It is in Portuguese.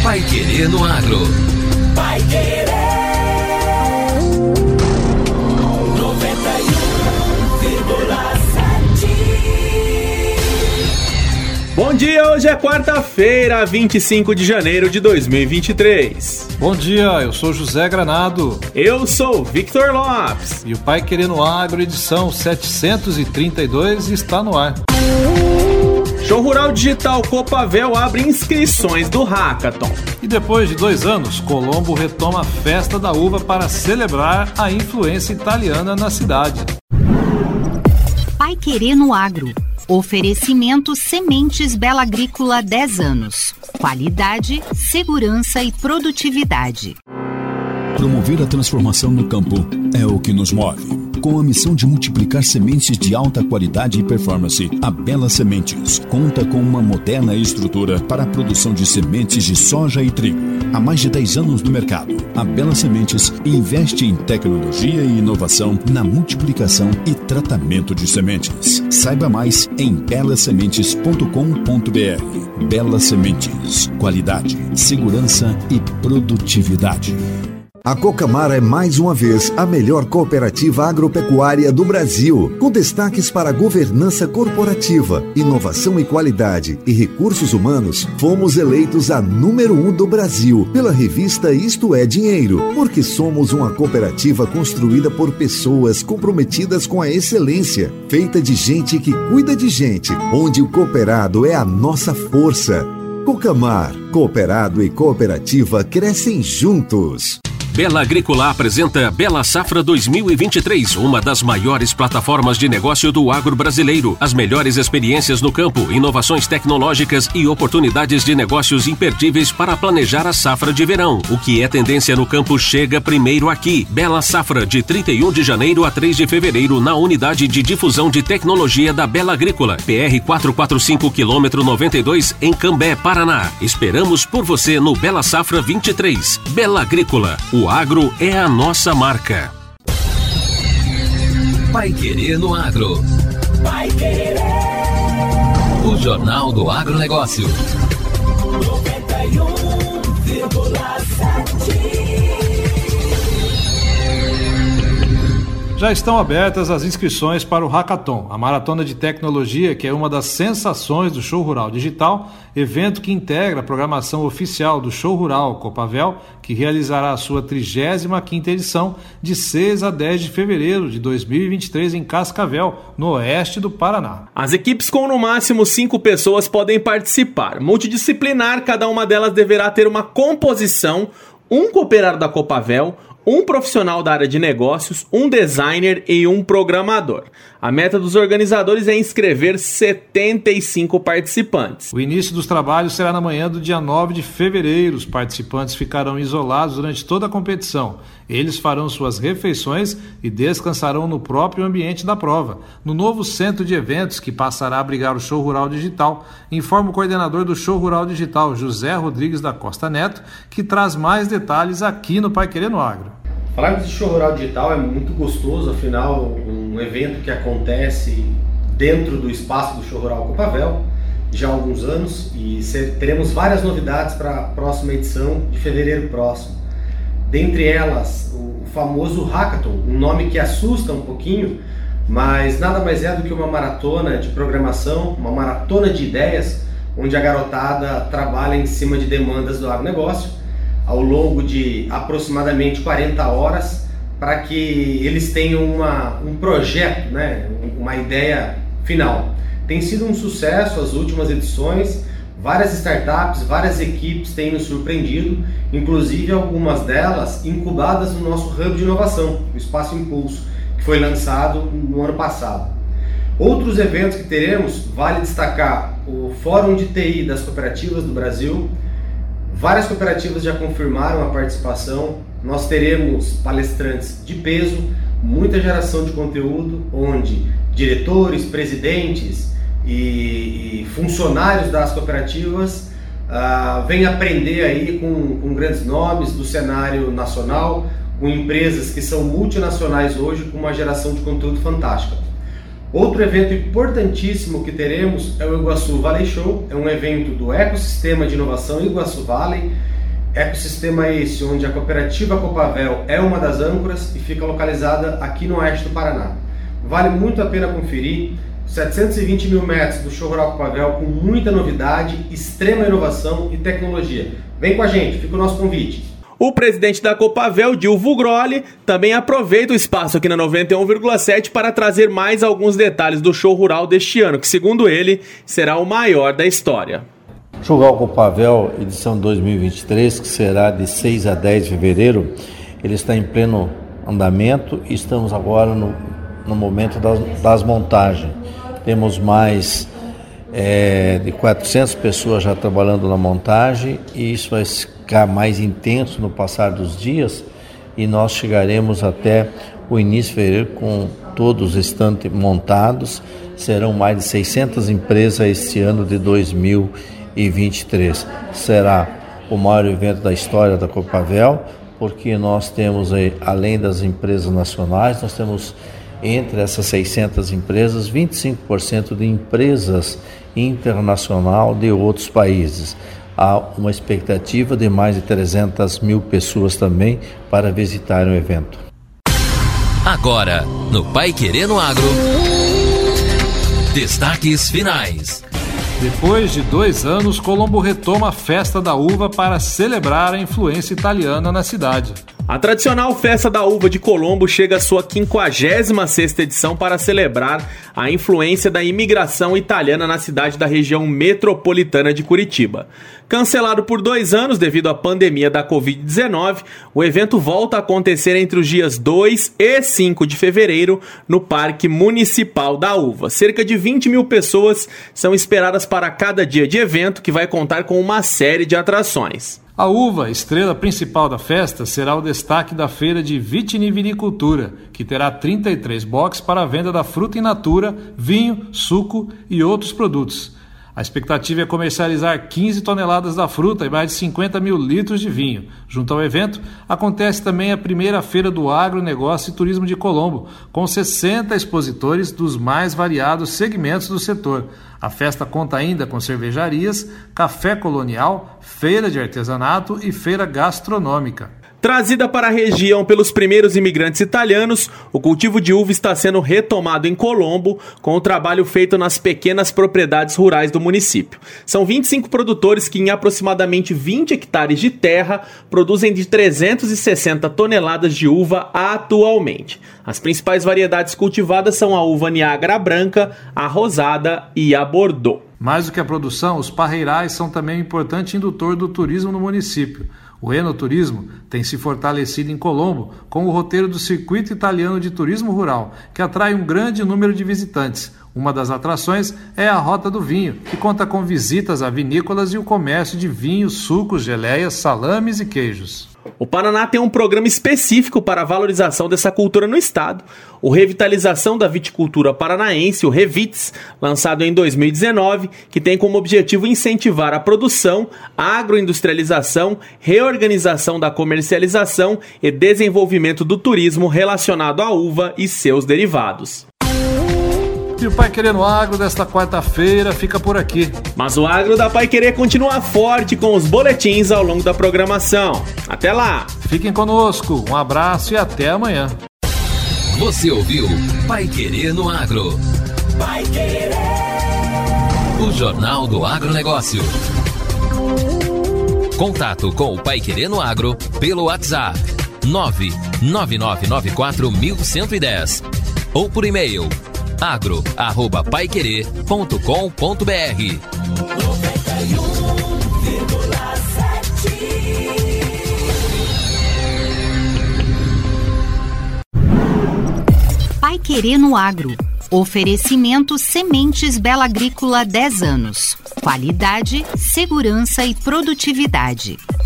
Paiquerê no Agro. Paiquerê 91,7. Bom dia, hoje é quarta-feira, 25 de janeiro de 2023. Bom dia, eu sou José Granado. Eu sou Victor Lopes. E o Paiquerê no Agro, edição 732, está no ar. Show Rural Digital Copavel abre inscrições do Hackathon. E depois de 2 anos, Colombo retoma a festa da uva para celebrar a influência italiana na cidade. Paiquerê no Agro. Oferecimento Sementes Bela Agrícola 10 anos. Qualidade, segurança e produtividade. Promover a transformação no campo é o que nos move. Com a missão de multiplicar sementes de alta qualidade e performance, a Bela Sementes conta com uma moderna estrutura para a produção de sementes de soja e trigo. Há mais de 10 anos no mercado, a Bela Sementes investe em tecnologia e inovação na multiplicação e tratamento de sementes. Saiba mais em belasementes.com.br. Bela Sementes, qualidade, segurança e produtividade. A Cocamar é mais uma vez a melhor cooperativa agropecuária do Brasil, com destaques para governança corporativa, inovação e qualidade e recursos humanos. Fomos eleitos a número 1 do Brasil pela revista Isto é Dinheiro, porque somos uma cooperativa construída por pessoas comprometidas com a excelência, feita de gente que cuida de gente, onde o cooperado é a nossa força. Cocamar, cooperado e cooperativa crescem juntos. Bela Agrícola apresenta Bela Safra 2023, uma das maiores plataformas de negócio do agro brasileiro. As melhores experiências no campo, inovações tecnológicas e oportunidades de negócios imperdíveis para planejar a safra de verão. O que é tendência no campo chega primeiro aqui. Bela Safra, de 31 de janeiro a 3 de fevereiro, na unidade de difusão de tecnologia da Bela Agrícola, PR 445 km 92, em Cambé, Paraná. Esperamos por você no Bela Safra 23. Bela Agrícola, o agro é a nossa marca. Paiquerê no Agro. Paiquerê. O Jornal do Agronegócio. 91,7. Já estão abertas as inscrições para o Hackathon, a maratona de tecnologia que é uma das sensações do Show Rural Digital, evento que integra a programação oficial do Show Rural Copavel, que realizará a sua 35ª edição de 6 a 10 de fevereiro de 2023 em Cascavel, no oeste do Paraná. As equipes com no máximo 5 pessoas podem participar. Multidisciplinar, cada uma delas deverá ter uma composição, um cooperado da Copavel, um profissional da área de negócios, um designer e um programador. A meta dos organizadores é inscrever 75 participantes. O início dos trabalhos será na manhã do dia 9 de fevereiro. Os participantes ficarão isolados durante toda a competição. Eles farão suas refeições e descansarão no próprio ambiente da prova, no novo centro de eventos que passará a abrigar o Show Rural Digital, informa o coordenador do Show Rural Digital, José Rodrigues da Costa Neto, que traz mais detalhes aqui no Paiquerê no Agro. Falarmos de Show Rural Digital é muito gostoso, afinal, um evento que acontece dentro do espaço do Show Rural Copavel já há alguns anos, e teremos várias novidades para a próxima edição de fevereiro próximo. Dentre elas, o famoso Hackathon, um nome que assusta um pouquinho, mas nada mais é do que uma maratona de programação, uma maratona de ideias, onde a garotada trabalha em cima de demandas do agronegócio, ao longo de aproximadamente 40 horas, para que eles tenham um projeto, né, uma ideia final. Tem sido um sucesso as últimas edições, várias startups, várias equipes têm nos surpreendido, inclusive algumas delas incubadas no nosso Hub de Inovação, o Espaço Impulso, que foi lançado no ano passado. Outros eventos que teremos, vale destacar o Fórum de TI das Cooperativas do Brasil. Várias cooperativas já confirmaram a participação. Nós teremos palestrantes de peso, muita geração de conteúdo, onde diretores, presidentes e funcionários das cooperativas vêm aprender aí com grandes nomes do cenário nacional, com empresas que são multinacionais hoje, com uma geração de conteúdo fantástica. Outro evento importantíssimo que teremos é o Iguaçu Valley Show, é um evento do ecossistema de inovação Iguaçu Valley, ecossistema esse onde a cooperativa Copavel é uma das âncoras e fica localizada aqui no oeste do Paraná. Vale muito a pena conferir, 720 mil metros do Show Rural Copavel com muita novidade, extrema inovação e tecnologia. Vem com a gente, fica o nosso convite. O presidente da Copavel, Dilvo Grolli, também aproveita o espaço aqui na 91,7 para trazer mais alguns detalhes do show rural deste ano, que segundo ele, será o maior da história. Show Rural Copavel, edição 2023, que será de 6 a 10 de fevereiro, ele está em pleno andamento e estamos agora no momento das montagens. Temos mais de 400 pessoas já trabalhando na montagem e isso vai ficar mais intenso no passar dos dias e nós chegaremos até o início de fevereiro com todos os estantes montados. Serão mais de 600 empresas este ano de 2023. Será o maior evento da história da Copavel, porque nós temos aí, além das empresas nacionais, nós temos entre essas 600 empresas, 25% de empresas internacional de outros países. Há uma expectativa de mais de 300 mil pessoas também para visitar o evento. Agora, no Paiquerê no Agro, destaques finais. Depois de 2 anos, Colombo retoma a Festa da Uva para celebrar a influência italiana na cidade. A tradicional Festa da Uva de Colombo chega à sua 56ª edição para celebrar a influência da imigração italiana na cidade da região metropolitana de Curitiba. Cancelado por 2 anos devido à pandemia da Covid-19, o evento volta a acontecer entre os dias 2 e 5 de fevereiro no Parque Municipal da Uva. Cerca de 20 mil pessoas são esperadas para cada dia de evento, que vai contar com uma série de atrações. A uva, estrela principal da festa, será o destaque da feira de vitivinicultura, que terá 33 boxes para a venda da fruta in natura, vinho, suco e outros produtos. A expectativa é comercializar 15 toneladas da fruta e mais de 50 mil litros de vinho. Junto ao evento, acontece também a primeira feira do agronegócio e turismo de Colombo, com 60 expositores dos mais variados segmentos do setor. A festa conta ainda com cervejarias, café colonial, feira de artesanato e feira gastronômica. Trazida para a região pelos primeiros imigrantes italianos, o cultivo de uva está sendo retomado em Colombo, com o trabalho feito nas pequenas propriedades rurais do município. São 25 produtores que, em aproximadamente 20 hectares de terra, produzem de 360 toneladas de uva atualmente. As principais variedades cultivadas são a uva Niágara branca, a rosada e a Bordeaux. Mais do que a produção, os parreirais são também um importante indutor do turismo no município. O enoturismo tem se fortalecido em Colombo com o roteiro do Circuito Italiano de Turismo Rural, que atrai um grande número de visitantes. Uma das atrações é a Rota do Vinho, que conta com visitas a vinícolas e o comércio de vinhos, sucos, geleias, salames e queijos. O Paraná tem um programa específico para a valorização dessa cultura no estado. O Revitalização da Viticultura Paranaense, o Revits, lançado em 2019, que tem como objetivo incentivar a produção, a agroindustrialização, reorganização da comercialização e desenvolvimento do turismo relacionado à uva e seus derivados. E o Paiquerê no Agro desta quarta-feira fica por aqui. Mas o Agro da Paiquerê continua forte com os boletins ao longo da programação. Até lá! Fiquem conosco, um abraço e até amanhã. Você ouviu Paiquerê no Agro. Paiquerê. O Jornal do Agronegócio. Contato com o Paiquerê no Agro pelo WhatsApp 999941110 ou por e-mail agro@paiquerê.com.br. 91,7 Paiquerê no Agro. Oferecimento Sementes Bela Agrícola 10 anos. Qualidade, segurança e produtividade.